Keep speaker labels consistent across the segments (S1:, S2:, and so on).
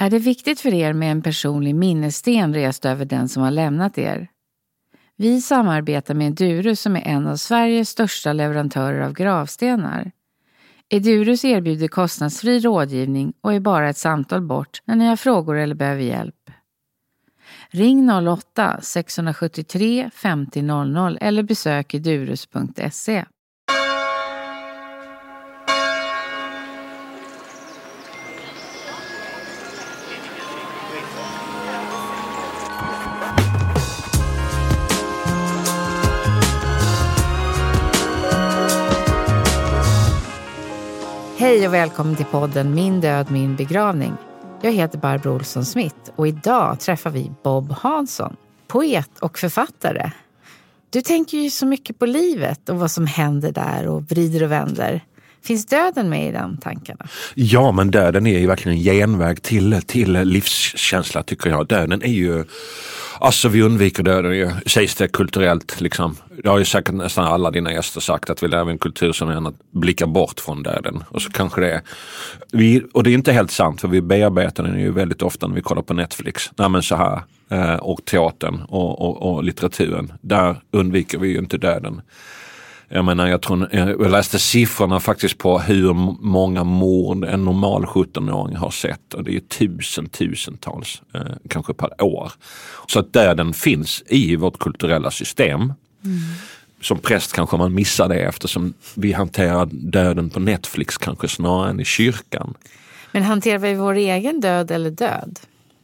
S1: Är det viktigt för er med en personlig minnessten rest över den som har lämnat er? Vi samarbetar med Edurus som är en av Sveriges största leverantörer av gravstenar. Edurus erbjuder kostnadsfri rådgivning och är bara ett samtal bort när ni har frågor eller behöver hjälp. Ring 08-673 50 00 eller besök edurus.se. Hej och välkommen till podden Min död, min begravning. Jag heter Barbro Olsson Smith och idag träffar vi Bob Hansson, poet och författare. Du tänker ju så mycket på livet och vad som händer där och vrider och vänder. Finns döden med i de tankarna?
S2: Ja, men döden är ju verkligen en genväg till livskänsla, tycker jag. Döden är ju... Alltså vi undviker döden ju, sägs det kulturellt liksom. Jag har ju säkert nästan alla dina gäster sagt att vi lever i en kultur som gärna blickar bort från döden. Och så kanske det är... och det är inte helt sant, för vi bearbetar den ju väldigt ofta när vi kollar på Netflix. Nej, men så här, och teatern och litteraturen. Där undviker vi ju inte döden. Jag menar, jag läste siffrorna faktiskt på hur många mord en normal 17-åring har sett. Och det är tusentals, kanske per år. Så att döden finns i vårt kulturella system. Mm. Som präst kanske man missar det eftersom vi hanterar döden på Netflix kanske snarare än i kyrkan.
S1: Men hanterar vi vår egen död eller död?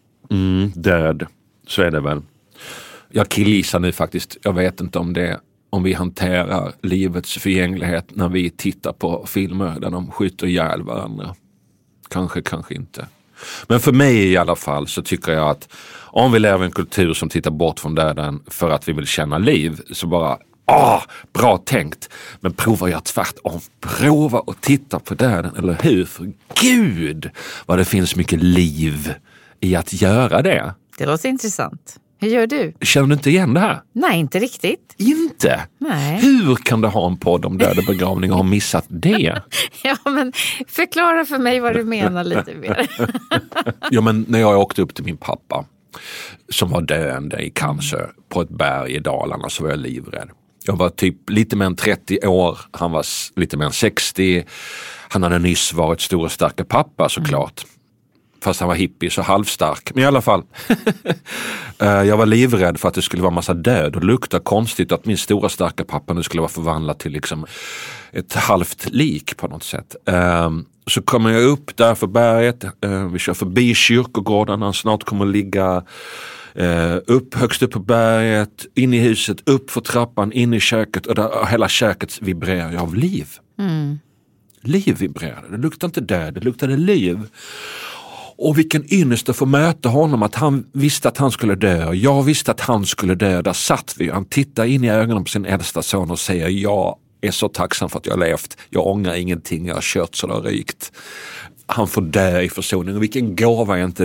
S2: Död, så är det väl. Jag killgissar nu faktiskt, jag vet inte om vi hanterar livets förgänglighet när vi tittar på filmer där de skjuter ihjäl varandra. Kanske inte. Men för mig i alla fall så tycker jag att om vi lever i en kultur som tittar bort från döden för att vi vill känna liv, så bara, bra tänkt. Men prova jag tvärtom. Prova att titta på döden, eller hur? För Gud, vad det finns mycket liv i att göra det.
S1: Det låter intressant. Hur gör du?
S2: Känner du inte igen det här?
S1: Nej, inte riktigt.
S2: Inte?
S1: Nej.
S2: Hur kan du ha en podd om död och begravning och ha missat det?
S1: Ja, men förklara för mig vad du menar lite mer.
S2: Ja, men när jag åkte upp till min pappa som var döende i cancer på ett berg i Dalarna, så var jag livrädd. Jag var typ lite mer än 30 år, han var lite mer än 60. Han hade nyss varit stor och starka pappa såklart. Fast han var hippie så halvstark. Men i alla fall. Jag var livrädd för att det skulle vara massa död. Och det luktar konstigt att min stora starka pappa nu skulle vara förvandlad till liksom ett halvt lik på något sätt. Så kommer jag upp där för berget. Vi kör förbi kyrkogården. Han snart kommer att ligga högst upp på berget. In i huset, upp för trappan, in i köket. Och där, hela köket vibrerar av liv. Liv vibrerade. Det luktade inte död, det luktade liv. Och vilken ynnest att få möta honom, att han visste att han skulle dö och jag visste att han skulle dö. Där satt vi, han tittade in i ögonen på sin äldsta son och säger: jag är så tacksam för att jag har levt, jag ångrar ingenting, jag har kört så det har rykt. Han får dö i försoning, och vilken gåva är inte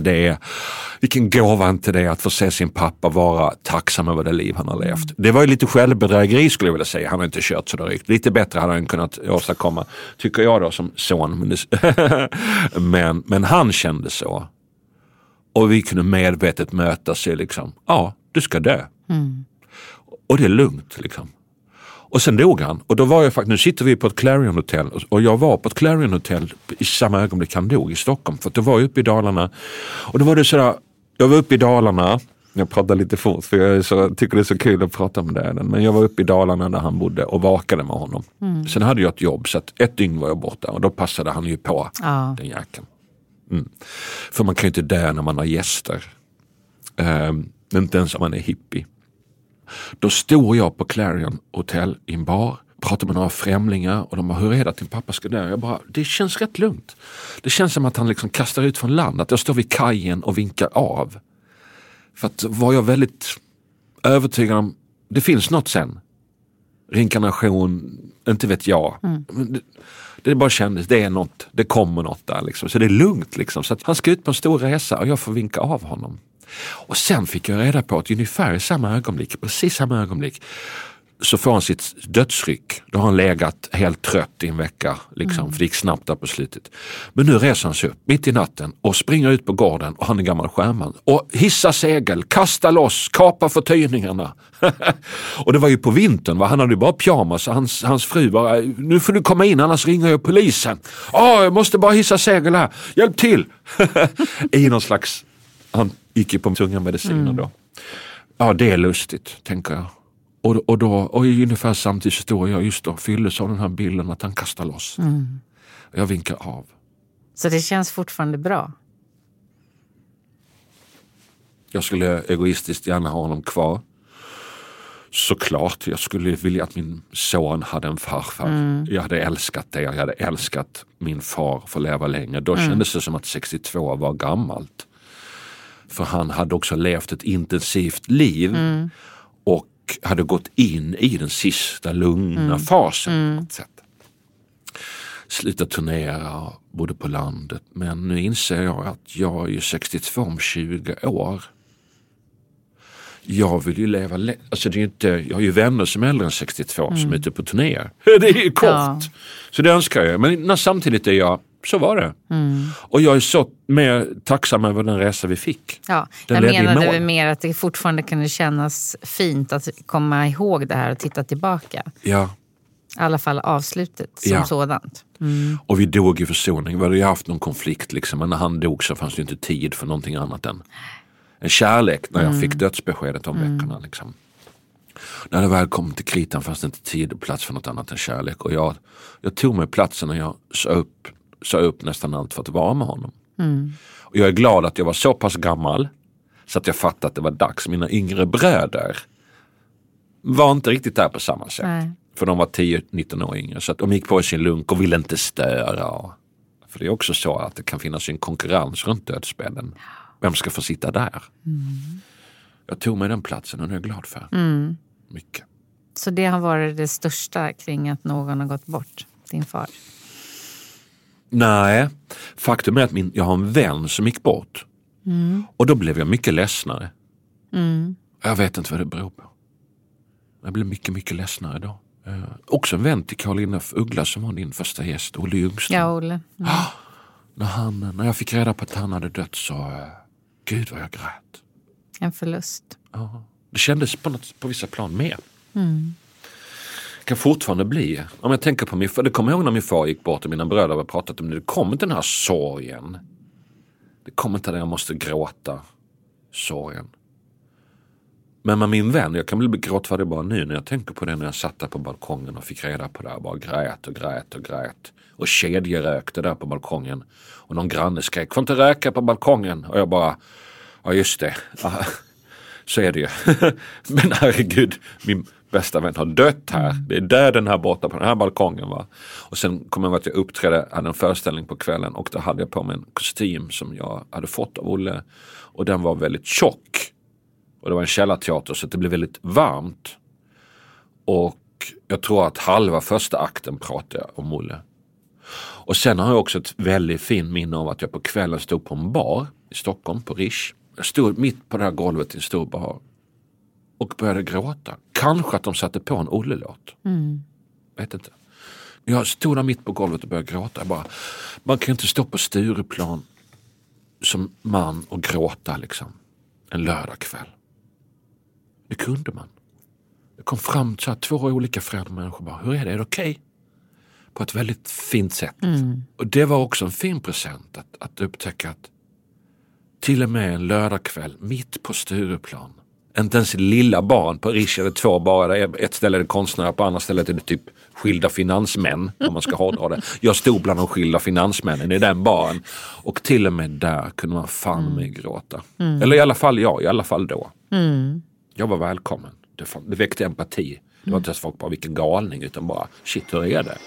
S2: det att få se sin pappa vara tacksam över det liv han har levt. Det var ju lite självbedrägeri skulle jag vilja säga, han har inte kört så det rykt. Lite bättre hade han kunnat åstadkomma, tycker jag då som son. Men han kände så. Och vi kunde medvetet mötas i liksom, du ska dö. Och det är lugnt liksom. Och sen dog han. Och då var jag faktiskt, nu sitter vi på ett Clarion Hotel. Och jag var på ett Clarion Hotel i samma ögonblick han dog i Stockholm. För att det var ju uppe i Dalarna. Och då var det sådär, jag var uppe i Dalarna. Jag pratar lite fort för jag tycker det är så kul att prata om det. Men jag var uppe i Dalarna där han bodde och vakade med honom. Sen hade jag ett jobb, så att ett dygn var jag borta. Och då passade han ju på den jäkeln. För man kan ju inte dö när man har gäster. Inte ens om man är hippie. Då stod jag på Clarion Hotel i en bar, pratade med några främlingar och de bara: hur är det att din pappa ska dö? Jag bara, det känns rätt lugnt. Det känns som att han liksom kastar ut från land, att jag står vid kajen och vinkar av. För att var jag väldigt övertygad om, det finns något sen. Reinkarnation, inte vet jag. Det bara kändes, det är något, det kommer något där liksom. Så det är lugnt liksom. Så att han ska ut på en stor resa och jag får vinka av honom. Och sen fick jag reda på att ungefär i samma ögonblick, precis samma ögonblick, så får han sitt dödsryck. Då har han legat helt trött i en vecka. För det gick snabbt där på slutet. Men nu reser han sig upp mitt i natten och springer ut på gården, och han är gammal sjöman. Och hissa segel, kasta loss, kapa förtöjningarna. Och det var ju på vintern, han hade ju bara pyjamas. Hans fru bara, nu får du komma in, annars ringer jag polisen. Jag måste bara hissa segel här, hjälp till. I någon slags, han gick ju på tunga mediciner då. Ja, det är lustigt, tänker jag. Och ungefär samtidigt står jag just då fylldes av den här bilden att han kastar loss. Jag vinkar av.
S1: Så det känns fortfarande bra?
S2: Jag skulle egoistiskt gärna ha honom kvar. Såklart, jag skulle vilja att min son hade en farfar. Jag hade älskat det, jag hade älskat min far för att leva länge. Då kändes det som att 62 var gammalt. För han hade också levt ett intensivt liv och hade gått in i den sista lugna fasen på ett sätt. Slutat turnera, bodde på landet. Men nu inser jag att jag är 62 om 20 år. Jag vill ju leva alltså det är inte, jag har ju vänner som är äldre än 62 som är ute på turnéer. Det är ju kort. Ja. Så det önskar jag. Men samtidigt är jag, så var det. Och jag är så mer tacksam över den resa vi fick.
S1: Ja, jag menade mer att det fortfarande kunde kännas fint att komma ihåg det här och titta tillbaka.
S2: Ja.
S1: I alla fall avslutet som sådant.
S2: Och vi dog i försoning. Vi hade ju haft någon konflikt men när han dog så fanns det inte tid för någonting annat än en kärlek när jag fick dödsbeskedet om veckorna När det väl kom till kritan fanns det inte tid och plats för något annat än kärlek. Och jag tog mig platsen och jag sa upp nästan allt för att vara med honom. Och jag är glad att jag var så pass gammal så att jag fattade att det var dags. Mina yngre bröder var inte riktigt där på samma sätt. Nej. För de var 10-19 år yngre. Så att de gick på sin lunk och ville inte störa. För det är också så att det kan finnas en konkurrens runt dödsbädden. Vem ska få sitta där? Jag tog mig den platsen och nu är jag glad för. Mycket.
S1: Så det har varit det största kring att någon har gått bort, din far?
S2: Nej, faktum är att jag har en vän som gick bort. Och då blev jag mycket ledsnare. Jag vet inte vad det beror på. Jag blev mycket, mycket ledsnare då. Också en vän till Karolina Uggla som var din första gäst, Olle Ljungström.
S1: Ja, Olle.
S2: När jag fick reda på att han hade dött så, gud vad jag grät.
S1: En förlust.
S2: Ja, det kändes på vissa plan med. Kan fortfarande bli. Om jag tänker på det kommer jag ihåg när min far gick bort och mina bröder har pratat om det. Det kom inte den här sorgen. Det kom inte där jag måste gråta sorgen. Men med min vän, jag kan bli gråtfärdig bara nu när jag tänker på det, när jag satt där på balkongen och fick reda på det här. Bara grät. Och kedjerökte där på balkongen. Och någon granne skrek, får inte röka på balkongen. Och jag bara, ja just det. Så är det ju. Men herregud, min bästa vän har dött här. Det är där den här borta på den här balkongen va. Och sen kom jag ihåg att jag uppträdde, hade en föreställning på kvällen. Och då hade jag på mig en kostym som jag hade fått av Olle. Och den var väldigt tjock. Och det var en källarteater så det blev väldigt varmt. Och jag tror att halva första akten pratade jag om Olle. Och sen har jag också ett väldigt fint minne av att jag på kvällen stod på en bar i Stockholm på Rish. Jag stod mitt på det här golvet i en stor bar och började gråta. Kanske att de satte på en Olle-låt. Vet inte. Jag stod där mitt på golvet och började gråta. Man kan inte stå på Stureplan som man och gråta en lördagkväll. Det kunde man. Det kom fram så här 2 olika föräldramänniskor bara, hur är det? Är det okej? På ett väldigt fint sätt. Och det var också en fin present att upptäcka att till och med en lördagkväll mitt på Stureplan. Inte ens lilla barn på Rish är det 2 bara. Där ett ställe är det konstnärer, på andra stället är det typ skilda finansmän om man ska hårdra det. Jag stod bland de skilda finansmännen i den baren. Och till och med där kunde man fan mig gråta. Eller i alla fall då. Jag var välkommen. Det väckte empati. Det var inte ens folk bara vilken galning utan bara shit, hur är det?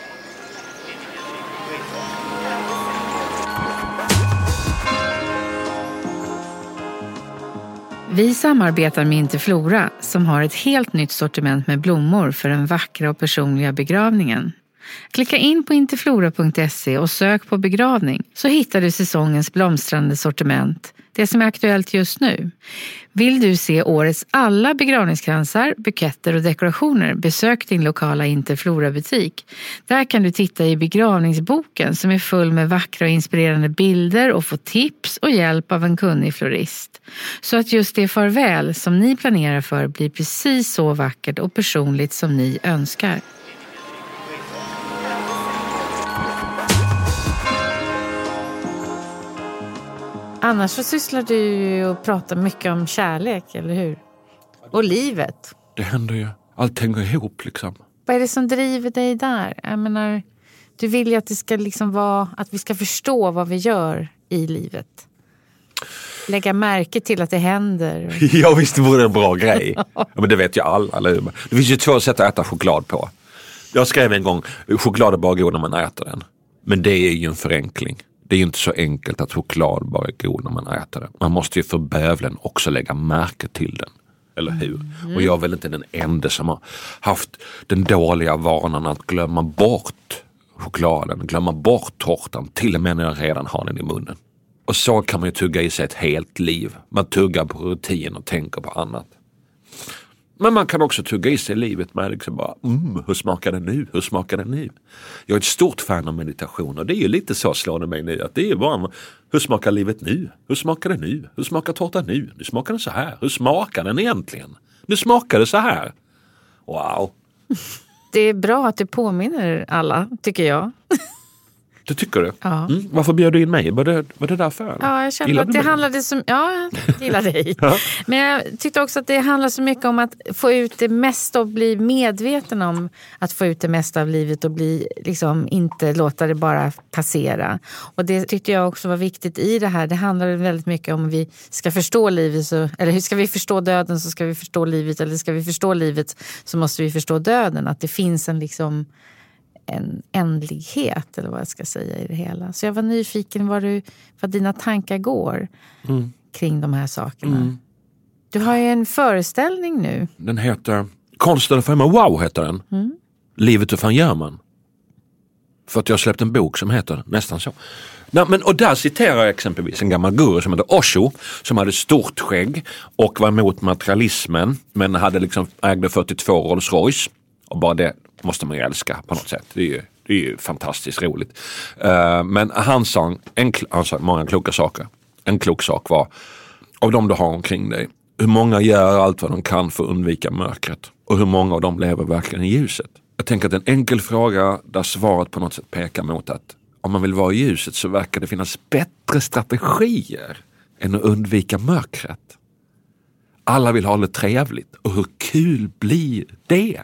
S1: Vi samarbetar med Interflora som har ett helt nytt sortiment med blommor för den vackra och personliga begravningen. Klicka in på interflora.se och sök på begravning så hittar du säsongens blomstrande sortiment, det som är aktuellt just nu. Vill du se årets alla begravningskransar, buketter och dekorationer, besök din lokala Interflora-butik. Där kan du titta i begravningsboken som är full med vackra och inspirerande bilder och få tips och hjälp av en kunnig florist. Så att just det farväl som ni planerar för blir precis så vackert och personligt som ni önskar. Annars så sysslar du ju och pratar mycket om kärlek, eller hur? Och livet.
S2: Det händer ju. Allt hänger ihop liksom.
S1: Vad är det som driver dig där? Jag menar, du vill ju att det ska liksom vara, att vi ska förstå vad vi gör i livet. Lägga märke till att det händer.
S2: Ja visst, det vore en bra grej. Ja, men det vet ju alla. Eller? Det finns ju 2 sätt att äta choklad på. Jag skrev en gång, choklad är bara god när man äter den. Men det är ju en förenkling. Det är ju inte så enkelt att choklad bara är god när man äter den. Man måste ju för bövlen också lägga märke till den. Eller hur? Och jag är väl inte den enda som har haft den dåliga vanan att glömma bort chokladen. Glömma bort tårtan. Till och med när jag redan har den i munnen. Och så kan man ju tugga i sig ett helt liv. Man tuggar på rutin och tänker på annat. Men man kan också tugga i sig livet med liksom bara, hur smakar det nu? Hur smakar det nu? Jag är ett stort fan av meditation och det är ju lite så slående mig nu att det är bara, hur smakar livet nu? Hur smakar det nu? Hur smakar tårtan nu? Nu smakar den så här. Hur smakar den egentligen? Nu smakar det så här. Wow.
S1: Det är bra att du påminner alla, tycker jag.
S2: Det tycker du?
S1: Ja.
S2: Varför bjöd du in mig? Var det därför?
S1: Ja, jag kände att det handlade så... Ja, jag gillar dig. Ja. Men jag tyckte också att det handlar så mycket om att få ut det mesta och bli medveten om att få ut det mesta av livet och bli, liksom, inte låta det bara passera. Och det tyckte jag också var viktigt i det här. Det handlar väldigt mycket om vi ska förstå livet, eller hur ska vi förstå döden så ska vi förstå livet, eller ska vi förstå livet så måste vi förstå döden. Att det finns en liksom... en ändlighet eller vad jag ska säga i det hela. Så jag var nyfiken vad dina tankar går kring de här sakerna. Du har ju en föreställning nu. Den
S2: heter Konsten för mig, wow heter den. Livet, hur fan gör man? För att jag har släppt en bok som heter nästan så. Nej, men, och där citerar jag exempelvis en gammal guru som heter Osho, som hade stort skägg och var emot materialismen men hade liksom ägde 42 Rolls Royce. Och bara det måste man ju älska på något sätt. Det är ju fantastiskt roligt. Men han sa många kloka saker. En klok sak var, av dem du har omkring dig, hur många gör allt vad de kan för att undvika mörkret? Och hur många av dem lever verkligen i ljuset? Jag tänker att en enkel fråga där svaret på något sätt pekar mot att om man vill vara i ljuset så verkar det finnas bättre strategier än att undvika mörkret. Alla vill ha det trevligt. Och hur kul blir det?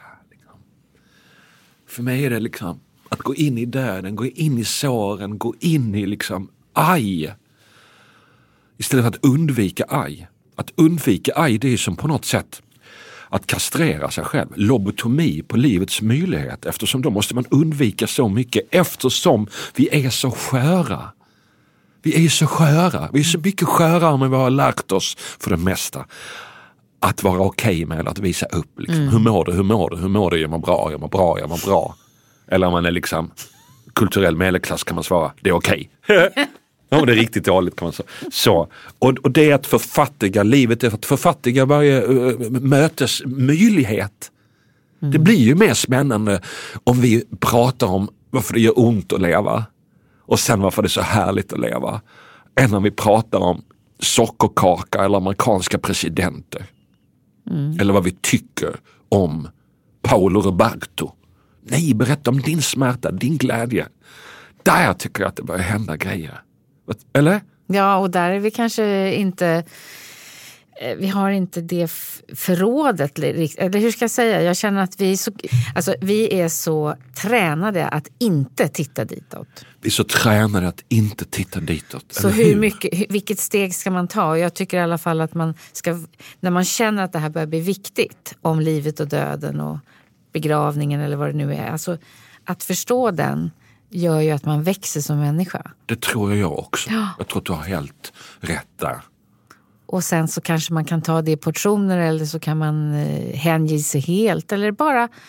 S2: För mig är det liksom att gå in i döden, gå in i såren, gå in i liksom aj. Istället för att undvika aj. Att undvika aj, det är som på något sätt att kastrera sig själv. Lobotomi på livets möjlighet. Eftersom då måste man undvika så mycket. Eftersom vi är så sköra. Vi är så sköra. Vi är så mycket skörare än vi har lärt oss för det mesta. Att vara okej med att visa upp. Liksom. Hur mår du? Hur mår du? Hur mår du? Jag mår bra, jag mår bra, jag mår bra. Eller om man är liksom kulturell medelklass kan man svara, det är okej. Ja, det är riktigt dåligt kan man säga. Så. Och det är att författiga livet, är att författiga varje mötesmöjlighet. Det blir ju mer spännande om vi pratar om varför det gör ont att leva. Och sen varför det är så härligt att leva. Än om vi pratar om sockerkaka eller amerikanska presidenter. Eller vad vi tycker om Paolo Roberto. Nej, berätta om din smärta, din glädje. Där tycker jag att det börjar hända grejer. Eller?
S1: Ja, och där är vi kanske inte... Vi har inte det förrådet. Eller hur ska jag säga? Jag känner att vi är så tränade att inte titta ditåt.
S2: Vi är så tränade att inte titta ditåt.
S1: Så vilket steg ska man ta? Och jag tycker i alla fall att man ska, när man känner att det här börjar bli viktigt om livet och döden och begravningen eller vad det nu är. Alltså att förstå den gör ju att man växer som människa.
S2: Det tror jag också. Ja. Jag tror att du har helt rätt där.
S1: Och sen så kanske man kan ta det i portioner eller så kan man hänge sig helt eller bara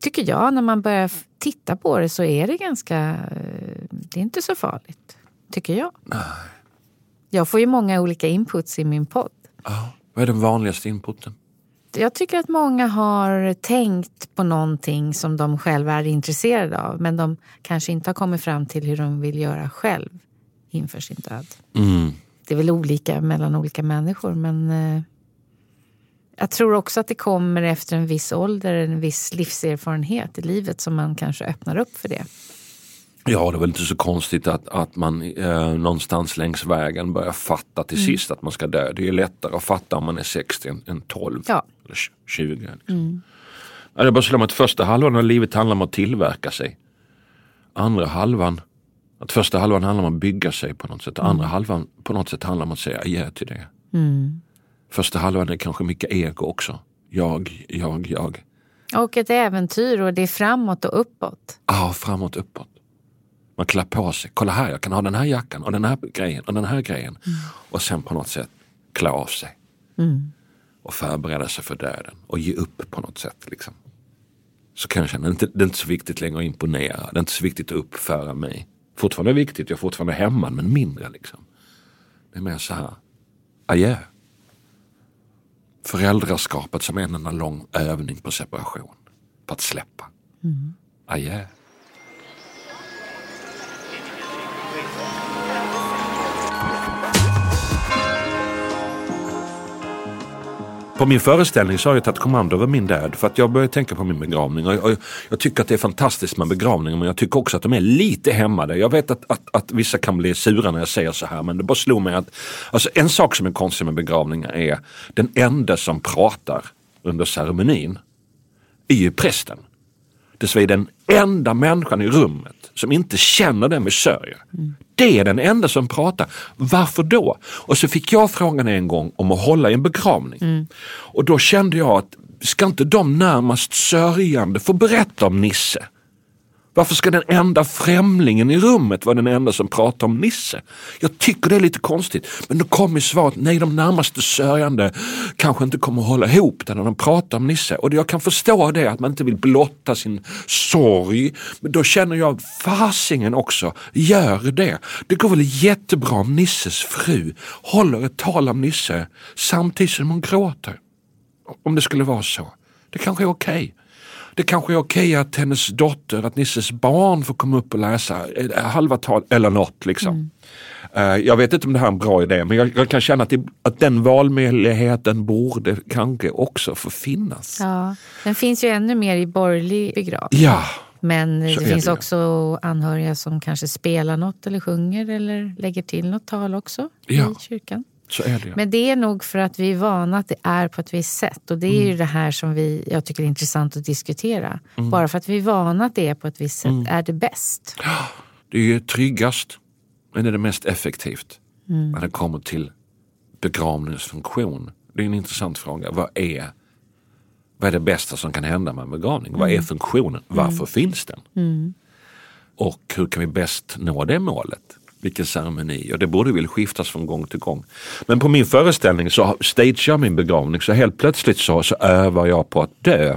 S1: tycker jag, när man börjar titta på det så är det det är inte så farligt, tycker jag.
S2: Nej.
S1: Jag får ju många olika inputs i min podd.
S2: Ja. Vad är den vanligaste inputen?
S1: Jag tycker att många har tänkt på någonting som de själva är intresserade av, men de kanske inte har kommit fram till hur de vill göra själv inför sin död. Det är väl olika mellan olika människor, men jag tror också att det kommer efter en viss ålder, en viss livserfarenhet i livet som man kanske öppnar upp för det.
S2: Ja, det är väl inte så konstigt att man någonstans längs vägen börjar fatta till sist att man ska dö. Det är lättare att fatta om man är 60 än 12 eller 20. Liksom. Det är bara så att första halvan av livet handlar om att tillverka sig. Första halvan handlar om att bygga sig på något sätt. Andra halvan på något sätt handlar om att säga adjö till det. Första halvan är kanske mycket ego också. Jag.
S1: Och ett äventyr, och det är framåt och uppåt.
S2: Ja, framåt och uppåt. Man klär på sig. Kolla här, jag kan ha den här jackan och den här grejen och den här grejen. Och sen på något sätt klä av sig. Och förbereda sig för döden. Och ge upp på något sätt liksom. Så kan jag känna, det är inte så viktigt längre att imponera. Det är inte så viktigt att uppföra mig. Fortfarande är viktigt, jag är fortfarande hemma, men mindre liksom. Det är mer så här, adjö. Föräldraskapet som en enda lång övning på separation. På att släppa. Adjö. På min föreställning så har jag tagit kommando över min död för att jag börjar tänka på min begravning. Och jag tycker att det är fantastiskt med begravningar, men jag tycker också att de är lite hämmade. Jag vet att vissa kan bli sura när jag säger så här, men det bara slog mig att alltså en sak som är konstig med begravningar är den enda som pratar under ceremonin är ju prästen. Det är den enda människan i rummet som inte känner den vi sörjer. Det är den enda som pratar. Varför då? Och så fick jag frågan en gång om att hålla i en begravning. Och då kände jag att ska inte de närmast sörjande få berätta om Nisse? Varför ska den enda främlingen i rummet vara den enda som pratar om Nisse? Jag tycker det är lite konstigt. Men då kommer svaret, nej, de närmaste sörjande kanske inte kommer att hålla ihop det när de pratar om Nisse. Och jag kan förstå det, att man inte vill blotta sin sorg. Men då känner jag, fasingen också, gör det. Det går väl jättebra om Nisses fru håller ett tal om Nisse samtidigt som hon gråter. Om det skulle vara så. Det kanske är okej. Det kanske är okej att hennes dotter, att Nisses barn får komma upp och läsa halva tal eller något liksom. Jag vet inte om det här är en bra idé, men jag kan känna att den valmöjligheten borde kanske också få finnas.
S1: Ja, den finns ju ännu mer i borgerlig begravning.
S2: Ja.
S1: Men det finns också anhöriga som kanske spelar något eller sjunger eller lägger till något tal också i kyrkan.
S2: Så är det.
S1: Men det är nog för att vi är vana att det är på ett visst sätt. Och det är ju det här som jag tycker är intressant att diskutera. Bara för att vi är vana att det är på ett visst sätt är det bäst.
S2: Det är ju tryggast, men det är det mest effektivt. När det kommer till begravningsfunktion. Det är en intressant fråga. Vad är det bästa som kan hända med en begravning? Vad är funktionen? Varför finns den? Och hur kan vi bäst nå det målet? Vilken ceremoni, och det borde väl skiftas från gång till gång. Men på min föreställning så stagear jag min begravning, så helt plötsligt så övar jag på att dö.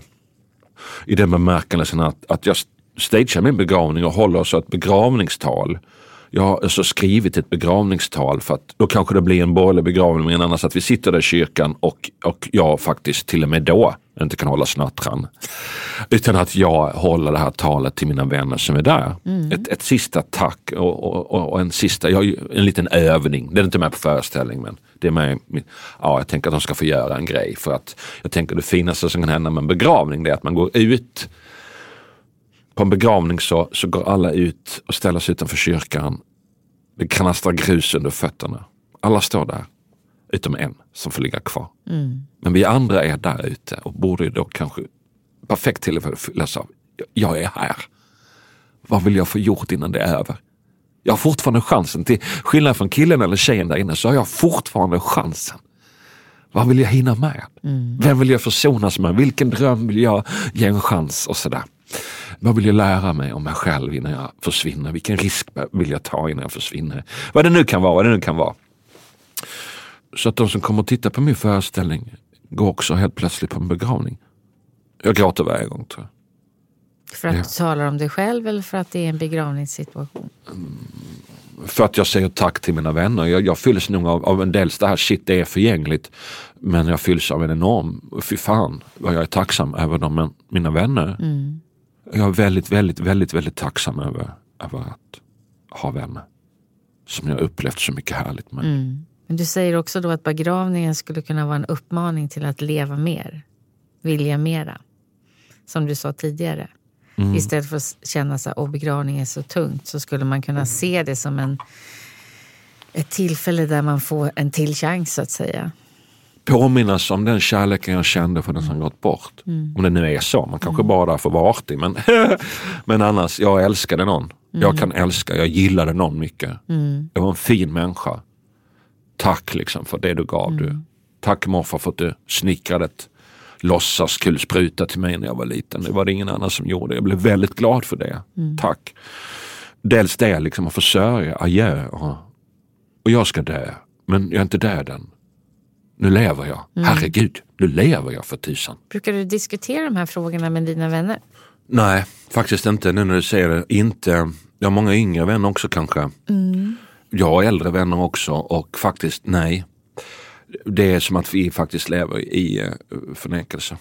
S2: I den bemärkelsen att jag stagear min begravning och håller så ett begravningstal. Jag har alltså skrivit ett begravningstal för att då kanske det blir en borgerlig begravning, men annars att vi sitter där i kyrkan och jag faktiskt till och med då inte kan hålla snattran. Utan att jag håller det här talet till mina vänner som är där. Ett sista tack och en liten övning. Det är inte med på föreställning, men det är med. Ja, jag tänker att de ska få göra en grej, för att jag tänker det finaste som kan hända med en begravning, det är att man går ut. På en begravning så går alla ut och ställer sig utanför kyrkan. Det knastrar grus under fötterna. Alla står där, utom en som får ligga kvar. Men vi andra är där ute och borde då kanske perfekt tillfälle fyllas av. Jag är här. Vad vill jag få gjort innan det är över? Jag har fortfarande chansen. Till skillnad från killen eller tjejen där inne så har jag fortfarande chansen. Vad vill jag hinna med? Vem vill jag försonas med? Vilken dröm vill jag ge en chans? Och sådär. Vad vill jag lära mig om mig själv innan jag försvinner? Vilken risk vill jag ta innan jag försvinner? Vad det nu kan vara. Så att de som kommer att titta på min föreställning går också helt plötsligt på en begravning. Jag gråter varje gång, tror jag.
S1: För att du talar om dig själv eller för att det är en begravningssituation?
S2: För att jag säger tack till mina vänner. Jag fylls nog av en del det här shit, det är förgängligt. Men jag fylls av en enorm, fy fan vad jag är tacksam över mina vänner. Jag är väldigt, väldigt, väldigt, väldigt tacksam över att ha vänner. Som jag upplevt så mycket härligt med.
S1: Men du säger också då att begravningen skulle kunna vara en uppmaning till att leva mer. Vilja mera. Som du sa tidigare. Istället för att känna sig att begravningen är så tungt, så skulle man kunna se det som ett tillfälle där man får en till chans, så att säga.
S2: Påminnas om den kärleken jag kände för den som gått bort. Om det nu är så. Man kanske bara får vara artig. Men annars, jag älskade någon. Jag kan älska, jag gillade någon mycket. Jag var en fin människa. Tack liksom för det du gav du. Tack morfar för att du snickrade ett låtsaskulspruta till mig när jag var liten. Det var det ingen annan som gjorde. Jag blev väldigt glad för det. Tack. Dels det liksom att försörja, adjö. Och jag ska dö. Men jag är inte död än. Nu lever jag. Herregud, nu lever jag för tusan.
S1: Brukar du diskutera de här frågorna med dina vänner?
S2: Nej, faktiskt inte. Nu när du säger det, inte. Jag har många yngre vänner också kanske. Jag har äldre vänner också och faktiskt nej. Det är som att vi faktiskt lever i förnekelse.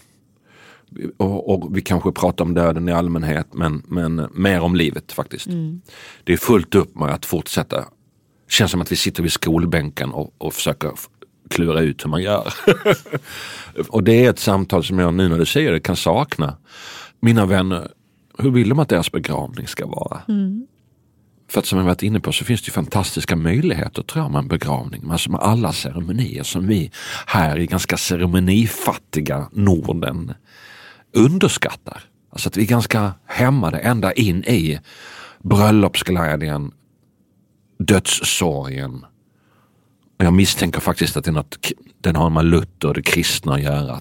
S2: Och vi kanske pratar om döden i allmänhet, men mer om livet faktiskt. Det är fullt upp med att fortsätta. Det känns som att vi sitter vid skolbänken och försöker klura ut hur man gör. Och det är ett samtal som jag nu när du säger det kan sakna. Mina vänner, hur vill de att deras begravning ska vara? För att som jag varit inne på så finns det ju fantastiska möjligheter tror jag med en begravning. Alltså med alla ceremonier som vi här i ganska ceremonifattiga Norden underskattar. Alltså att vi är ganska hämmade ända in i bröllopsglädjen, dödssorgen. Och jag misstänker faktiskt att den har med Luther och det kristna att göra.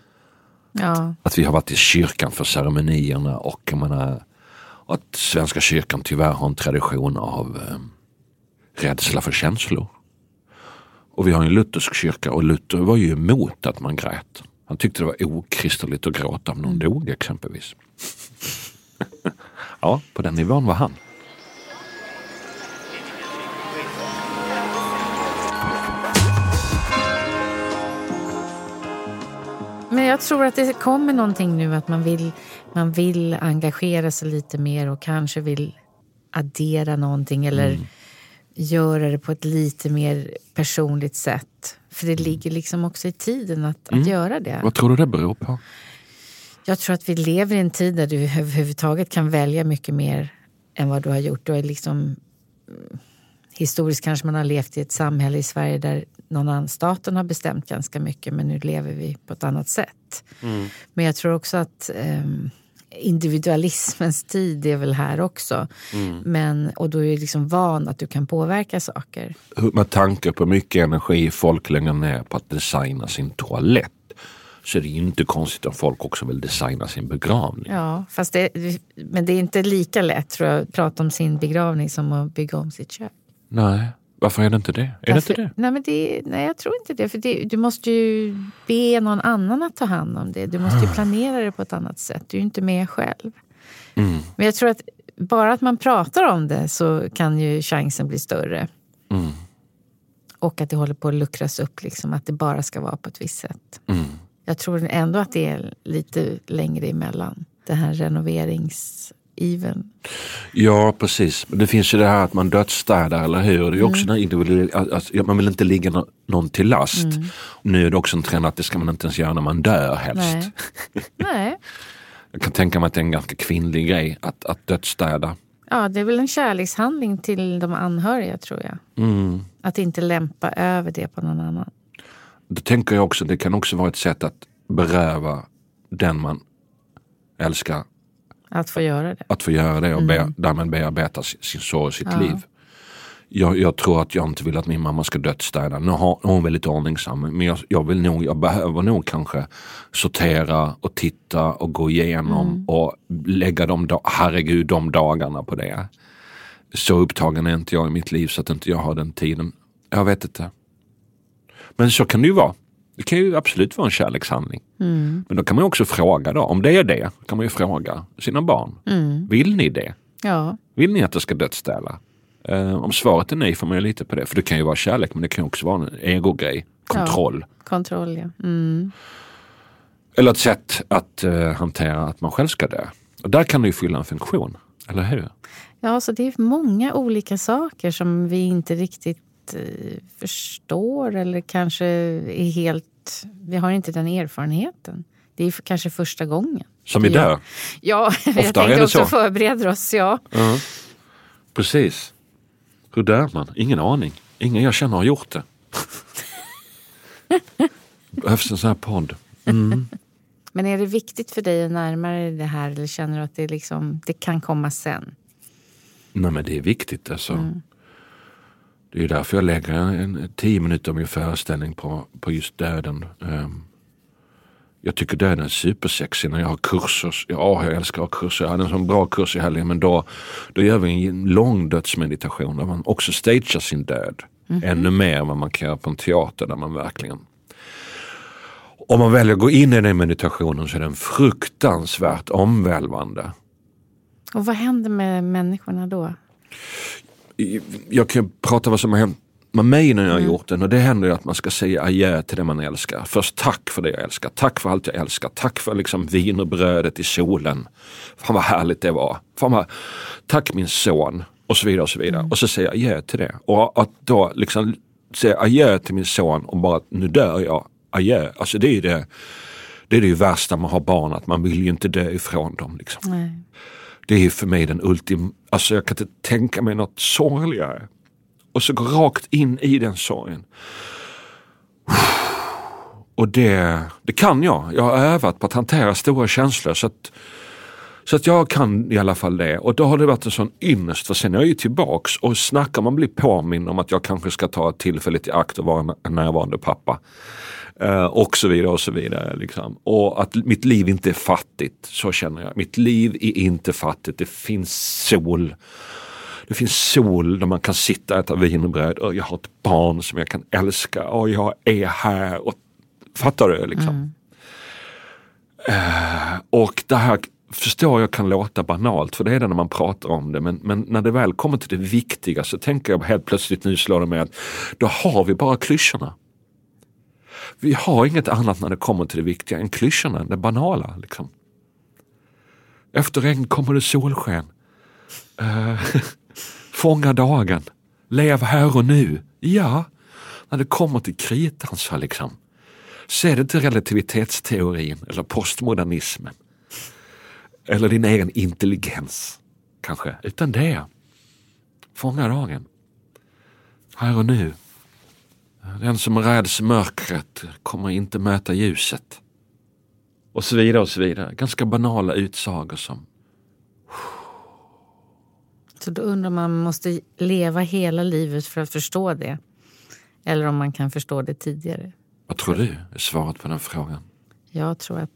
S2: Att vi har varit i kyrkan för ceremonierna och jag menar, att Svenska kyrkan tyvärr har en tradition av rädsla för känslor. Och vi har en luthersk kyrka och Luther var ju emot att man grät. Han tyckte det var okristeligt att gråta om någon dog exempelvis. Ja, på den nivån var han.
S1: Men jag tror att det kommer någonting nu att man vill engagera sig lite mer och kanske vill addera någonting eller göra det på ett lite mer personligt sätt. För det ligger liksom också i tiden att göra det.
S2: Vad tror du det beror på?
S1: Jag tror att vi lever i en tid där du överhuvudtaget kan välja mycket mer än vad du har gjort. Du är liksom, historiskt kanske man har levt i ett samhälle i Sverige där staten har bestämt ganska mycket, men nu lever vi på ett annat sätt. Men jag tror också att individualismens tid är väl här också. Och då är det liksom van att du kan påverka saker.
S2: Med tanke på mycket energi folk lägger ner på att designa sin toalett, så är det inte konstigt att folk också vill designa sin begravning. Ja,
S1: men det är inte lika lätt tror jag att prata om sin begravning som att bygga om sitt kök.
S2: Nej, varför är det inte det? Är det inte det?
S1: Nej, jag tror inte det. För du måste ju be någon annan att ta hand om det. Du måste ju planera det på ett annat sätt. Du är ju inte med själv. Men jag tror att bara att man pratar om det så kan ju chansen bli större. Och att det håller på att luckras upp. Liksom, att det bara ska vara på ett visst sätt. Jag tror ändå att det är lite längre emellan. Den här renoveringsiven.
S2: Ja, precis. Men det finns ju det här att man dödsstädar, eller hur? Det är också man vill inte ligga någon till last. Nu är det också en trend att det ska man inte ens göra när man dör helst.
S1: Nej.
S2: Jag kan tänka mig att det är en ganska kvinnlig grej att dödsstäda.
S1: Ja, det är väl en kärlekshandling till de anhöriga tror jag. Att inte lämpa över det på någon annan.
S2: Det tänker jag också, det kan också vara ett sätt att beröva den man älskar.
S1: Att få göra det.
S2: Att få göra det och därmed bearbeta sin sorg och sitt liv. Jag tror att jag inte vill att min mamma ska dödsstäda. Nu har hon väldigt ordningsam. Men jag behöver nog kanske sortera och titta och gå igenom och lägga de dagarna på det. Så upptagen är inte jag i mitt liv så att inte jag har den tiden. Jag vet inte. Men så kan det ju vara. Det kan ju absolut vara en kärlekshandling. Men då kan man ju också fråga då. Om det är det kan man ju fråga sina barn. Vill ni det?
S1: Ja.
S2: Vill ni att det ska dödsställa? Om svaret är nej får man ju lite på det. För det kan ju vara kärlek men det kan ju också vara en ego-grej. Kontroll.
S1: Ja, kontroll, ja.
S2: Eller ett sätt att hantera att man själv ska dö. Och där kan det ju fylla en funktion. Eller hur?
S1: Ja, så det är många olika saker som vi inte riktigt förstår eller kanske är helt... Vi har inte den erfarenheten. Det är kanske första gången.
S2: Som vi dör?
S1: Ja, jag tänkte också förbereda oss, ja.
S2: Precis. Hur dör man? Ingen aning. Ingen jag känner har gjort det. Behövs en sån här podd.
S1: Men är det viktigt för dig att närmare det här eller känner du att det, liksom, det kan komma sen?
S2: Nej, men det är viktigt alltså. Det är ju därför jag lägger 10 minuter om min föreställning på just döden. Jag tycker döden är supersexig när jag har kurser. Ja, jag älskar att ha kurser. Jag hade en sån bra kurs i helgen, men då gör vi en lång dödsmeditation där man också stagear sin död. Ännu mer än vad man kan göra på en teater där man verkligen... Om man väljer att gå in i den meditationen så är den fruktansvärt omvälvande.
S1: Och vad händer med människorna då?
S2: Jag kan prata vad som har hänt med mig när jag har gjort den. Och det händer ju att man ska säga adjö till det man älskar. Först tack för det jag älskar. Tack för allt jag älskar. Tack för liksom wienerbrödet i solen. Fan vad härligt det var. Tack min son. Och så vidare och så vidare. Och så säger jag adjö till det. Och att då liksom säga adjö till min son och bara nu dör jag. Adjö. Alltså det är det värsta man har barn. Att man vill ju inte dö ifrån dem liksom.
S1: Nej.
S2: Det är för mig den alltså jag kan inte tänka mig något sorgligare. Och så gå rakt in i den sorgen. Och det kan jag. Jag har övat på att hantera stora känslor så att jag kan i alla fall det. Och då har det varit en sån ynnest. För sen är jag ju tillbaks och snackar man blir påminn om att jag kanske ska ta ett tillfälligt i akt och vara en närvarande pappa. Och så vidare och så vidare. Liksom. Och att mitt liv inte är fattigt, så känner jag. Mitt liv är inte fattigt. Det finns sol. Det finns sol där man kan sitta och äta wienerbröd. Och jag har ett barn som jag kan älska. Och jag är här. Och, fattar du? Liksom. Och det här förstår jag kan låta banalt. För det är det när man pratar om det. Men när det väl kommer till det viktiga så tänker jag helt plötsligt nu slår det med att då har vi bara klyschorna. Vi har inget annat när det kommer till det viktiga än klyschorna, det banala. Liksom. Efter regn kommer det solsken. Fånga dagen. Lev här och nu. Ja, när det kommer till kritan så liksom. Så är det inte relativitetsteorin eller postmodernismen. Eller din egen intelligens kanske. Utan det. Fånga dagen. Här och nu. Den som räds mörkret kommer inte möta ljuset. Och så vidare och så vidare. Ganska banala utsagor som...
S1: Så då undrar man måste leva hela livet för att förstå det. Eller om man kan förstå det tidigare.
S2: Vad tror du är svaret på den frågan?
S1: Jag tror att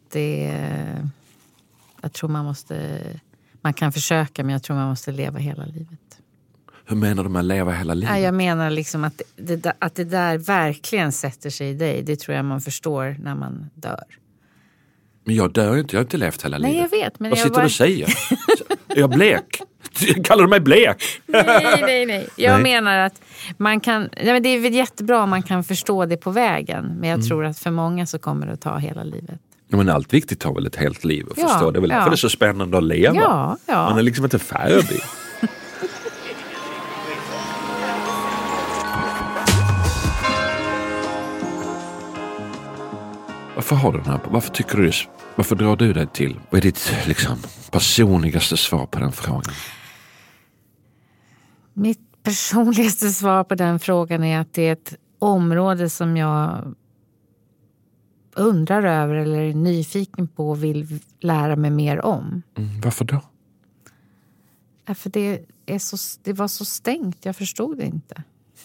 S1: jag tror man måste... Man kan försöka, men jag tror man måste leva hela livet.
S2: Hur menar du med att leva hela livet?
S1: Jag menar liksom att det där verkligen sätter sig i dig. Det tror jag man förstår när man dör. Men
S2: jag dör ju inte, jag har inte levt hela livet.
S1: Nej, jag vet. Men
S2: vad sitter du och säger? Är jag blek? Kallar du mig blek?
S1: Nej. Jag menar att man kan... Ja, men det är väl jättebra om man kan förstå det på vägen. Men jag tror att för många så kommer det att ta hela livet.
S2: Ja, men allt viktigt tar väl ett helt liv att förstå. Det är väl för det är så spännande att leva.
S1: Ja.
S2: Man är liksom inte färdig. Varför har du den här? Varför tycker du det? Varför drar du dig till? Vad är ditt liksom personligaste svar på den frågan?
S1: Mitt personligaste svar på den frågan är att det är ett område som jag undrar över eller är nyfiken på och vill lära mig mer om.
S2: Varför då?
S1: För det var så stängt, jag förstod det inte.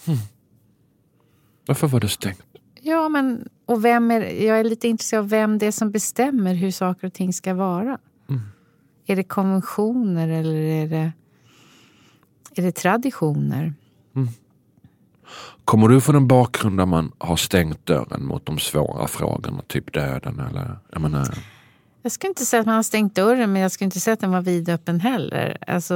S2: Varför var det stängt?
S1: Ja, men och jag är lite intresserad av vem det är som bestämmer hur saker och ting ska vara. Är det konventioner eller är det traditioner?
S2: Kommer du från en bakgrund där man har stängt dörren mot de svåra frågorna, typ döden eller,
S1: Jag skulle inte säga att man har stängt dörren, men jag skulle inte säga att den var vidöppen heller. Alltså,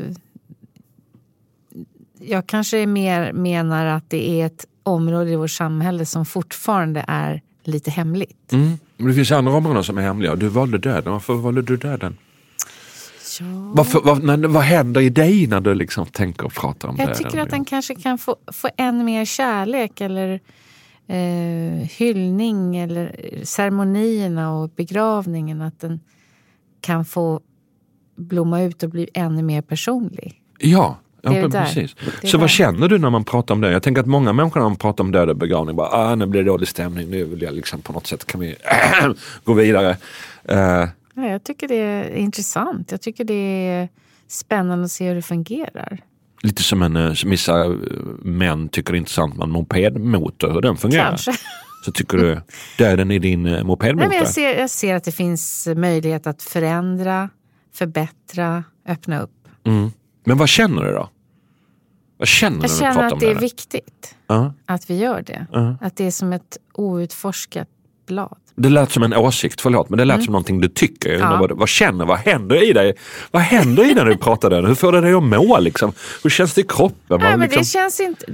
S1: jag kanske mer menar att det är ett område i vårt samhälle som fortfarande är lite hemligt.
S2: Men det finns andra områden som är hemliga. Du valde döden. Varför valde du döden?
S1: Ja.
S2: Vad händer i dig när du liksom tänker och pratar om döden?
S1: Jag tycker att den kanske kan få än mer kärlek eller hyllning eller ceremonierna och begravningen, att den kan få blomma ut och bli ännu mer personlig.
S2: Ja, precis. Så vad känner du när man pratar om det? Jag tänker att många människor när man pratar om död och begravning bara, nu blir det dålig stämning, nu vill jag liksom på något sätt, kan vi gå vidare.
S1: Ja, jag tycker det är intressant. Jag tycker det är spännande att se hur det fungerar.
S2: Lite som vissa män tycker det är intressant med en mopedmotor, hur den fungerar.
S1: Kanske.
S2: Så tycker du döden i din mopedmotor?
S1: Nej, men jag ser att det finns möjlighet att förändra, förbättra, öppna upp.
S2: Men vad känner du då? Vad känner du när du pratar om det?
S1: Jag känner att det är viktigt att vi gör det. Att det är som ett outforskat blad.
S2: Det lät som en åsikt, förlåt, men det lät som någonting du tycker. Ja. Vad händer i dig? Vad händer i dig när du pratar där? Hur får det dig att må liksom? Hur känns det i kroppen?
S1: Nej, men
S2: liksom...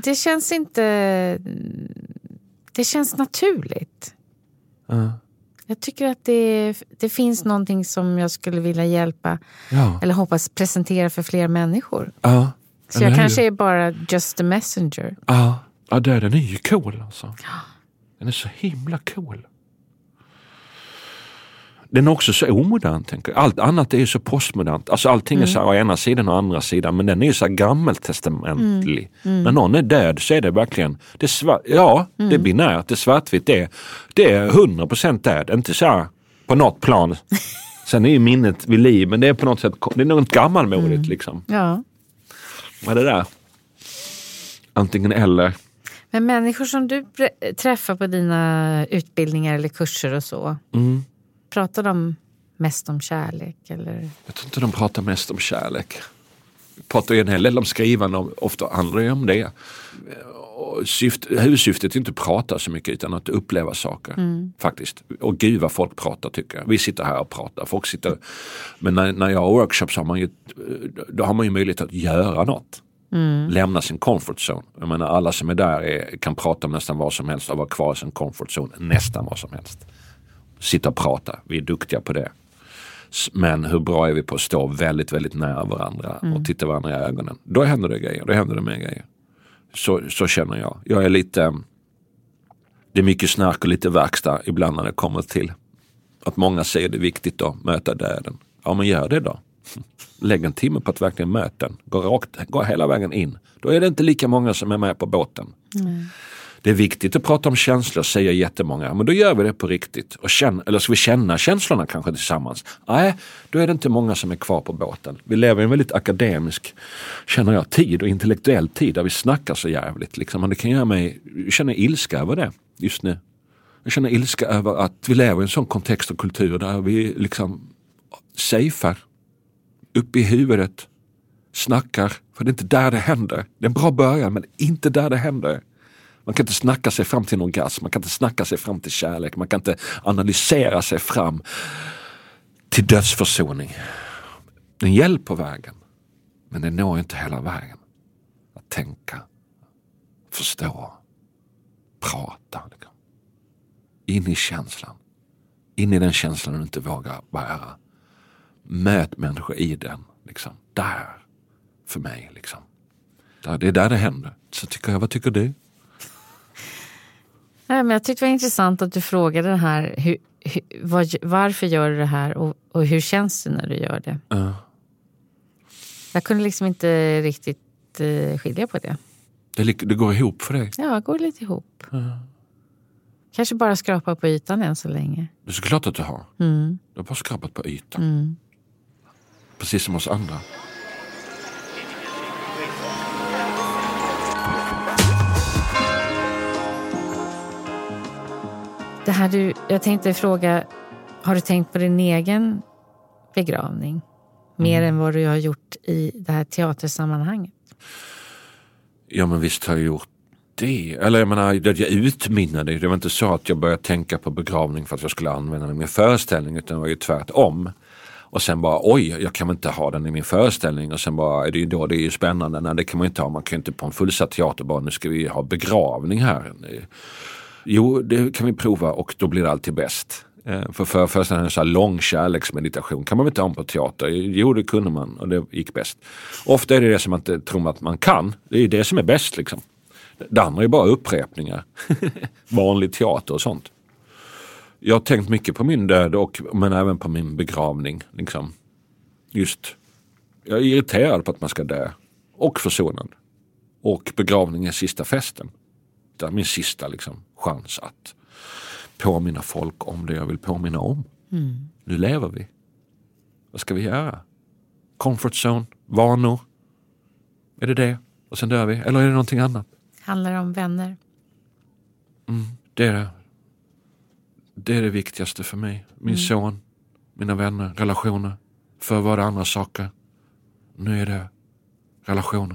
S1: det känns naturligt. Jag tycker att det finns någonting som jag skulle vilja hjälpa eller hoppas presentera för fler människor. Så jag kanske är bara just a messenger.
S2: Ja, den är ju cool alltså. Den är så himla cool. Den är också så omodern, tänker jag. Allt annat är ju så postmodernt. Alltså allting är så här å ena sidan och andra sidan, men den är ju så här gammeltestamentlig. När någon är död så är det verkligen, det är binärt, det är svartvitt, det är 100% död. Inte så här på något plan. Sen är ju minnet vid liv, men det är på något sätt, det är något gammalmodigt liksom.
S1: Ja.
S2: Vad är det där? Antingen eller.
S1: Men människor som du träffar på dina utbildningar eller kurser och så, pratar de mest om kärlek? Eller?
S2: Jag tror inte de pratar mest om kärlek. Vi pratar ju en hel del om skrivande, ofta handlar det om det. Huvudsyftet är inte att prata så mycket utan att uppleva saker. Faktiskt. Och gud vad folk pratar, tycker jag. Vi sitter här och pratar. Folk sitter... Men när jag har workshops då har man ju möjlighet att göra något. Lämna sin comfort zone. Jag menar, alla som är där kan prata om nästan vad som helst och vara kvar i sin comfort zone nästan vad som helst. Sitta och prata. Vi är duktiga på det. Men hur bra är vi på att stå väldigt, väldigt nära varandra och titta varandra i ögonen? Då händer det grejer. Då händer det mer grejer. Så känner jag. Jag är lite... Det är mycket snack och lite verkstad ibland när det kommer till att många säger det är viktigt att möta döden. Ja, men gör det då. Lägg en timme på att verkligen möta den. Gå hela vägen in. Då är det inte lika många som är med på båten. Det är viktigt att prata om känslor, säger jättemånga. Men då gör vi det på riktigt. Eller ska vi känna känslorna kanske tillsammans? Nej, då är det inte många som är kvar på båten. Vi lever i en väldigt akademisk, känner jag, tid och intellektuell tid där vi snackar så jävligt. Liksom. Men det kan göra mig, jag känner ilska över det just nu. Jag känner ilska över att vi lever i en sån kontext och kultur där vi liksom safear upp i huvudet, snackar, för det är inte där det händer. Det är en bra början, men inte där det händer. Man kan inte snacka sig fram till en orgasm, man kan inte snacka sig fram till kärlek, man kan inte analysera sig fram till dödsförsoning. Den hjälper vägen, men den når inte hela vägen. Att tänka, förstå, prata. In i känslan. In i den känslan du inte vågar bära. Möt människor i den. Liksom. Där. För mig. Liksom. Det är där det händer. Så tycker jag, vad tycker du?
S1: Nej, men jag tyckte det var intressant att du frågade det här. Varför gör du det här? Och hur känns det när du gör det? Jag kunde liksom inte riktigt skilja på det.
S2: Det går ihop för dig?
S1: Ja, det går lite ihop. Kanske bara skrapa på ytan än så länge.
S2: Det är så klart att du har. Du har bara skrapat på ytan. Precis som oss andra.
S1: Det här jag tänkte fråga, har du tänkt på din egen begravning? Mer än vad du har gjort i det här teatersammanhanget?
S2: Ja, men visst har jag gjort det? Eller jag menar, jag utminnade. Det var inte så att jag började tänka på begravning för att jag skulle använda den i min föreställning, utan det var ju tvärtom. Och sen bara, oj, jag kan inte ha den i min föreställning. Och sen bara, det är ju spännande. Nej, det kan man inte ha. Man kan inte på en fullsatt teater bara, nu ska vi ha begravning här. Jo, det kan vi prova och då blir det alltid bäst. För föreställningen en så här lång kärleksmeditation kan man väl inte ha på teater. Jo, det kunde man och det gick bäst. Ofta är det som man inte tror att man kan. Det är det som är bäst liksom. Det andra är bara upprepningar. Vanlig teater och sånt. Jag har tänkt mycket på min död men även på min begravning. Liksom. Just. Jag är irriterad på att man ska dö. Och försonad. Och begravning är sista festen. Det är min sista liksom, chans att påminna folk om det jag vill påminna om. Nu lever vi. Vad ska vi göra? Comfort zone, vanor. Är det? Och sen dör vi? Eller är det någonting annat?
S1: Handlar det om vänner?
S2: Det är det. Det är det viktigaste för mig. Min son, mina vänner, relationer. Förr var det andra saker. Nu är det relationer.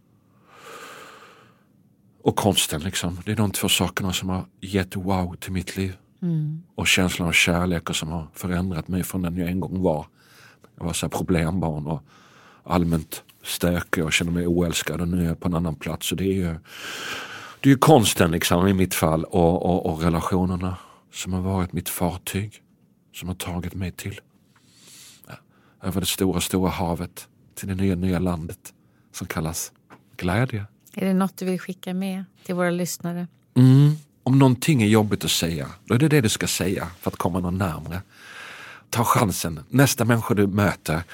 S2: Och konsten liksom. Det är de 2 sakerna som har gett wow till mitt liv. Och känslan av kärlek och som har förändrat mig från den jag en gång var. Jag var så här problembarn och allmänt stökig och kände mig oälskad. Och nu är jag på en annan plats. Och det är ju konsten liksom i mitt fall. Och relationerna som har varit mitt fartyg. Som har tagit mig till över det stora, stora havet. Till det nya landet som kallas glädje.
S1: Är det något du vill skicka med till våra lyssnare?
S2: Om någonting är jobbigt att säga, då är det du ska säga för att komma någon närmare. Ta chansen. Nästa människa du möter,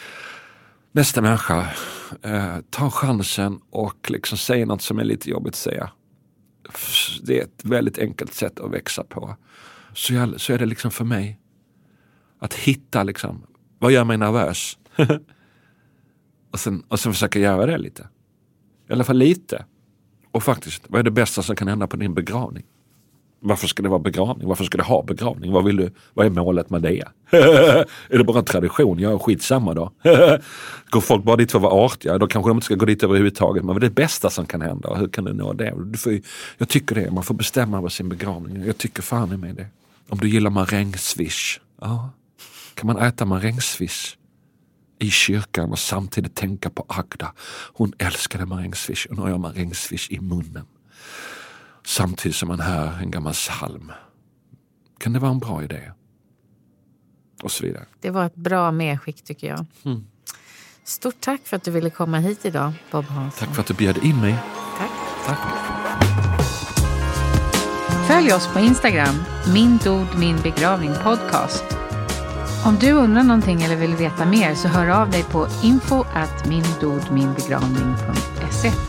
S2: ta chansen och liksom säga något som är lite jobbigt att säga. Det är ett väldigt enkelt sätt att växa på. Så är det liksom för mig att hitta liksom, vad gör mig nervös? och sen försöka göra det lite. I alla fall lite. Och faktiskt, vad är det bästa som kan hända på din begravning? Varför ska det vara begravning? Varför ska det ha begravning? Vad är målet med det? Är det bara en tradition? Jag är skitsamma då. Går folk bara dit för att vara artiga? Då kanske de inte ska gå dit överhuvudtaget. Men vad är det bästa som kan hända? Hur kan du nå det? Jag tycker det. Man får bestämma över sin begravning. Jag tycker fan i mig det. Om du gillar marängsviss. Ja. Kan man äta marängsviss i kyrkan och samtidigt tänka på Agda? Hon älskade marängsviss och nu har jag marängsviss i munnen. Samtidigt som man hör en gammal psalm. Kan det vara en bra idé? Och så vidare.
S1: Det var ett bra medskick tycker jag. Stort tack för att du ville komma hit idag, Bob Hansson.
S2: Tack för att du bjöd in mig.
S1: Tack.
S3: Följ oss på Instagram, Min Dod Min Begravning Podcast. Om du undrar någonting eller vill veta mer så hör av dig på info@mindodminbegravning.se.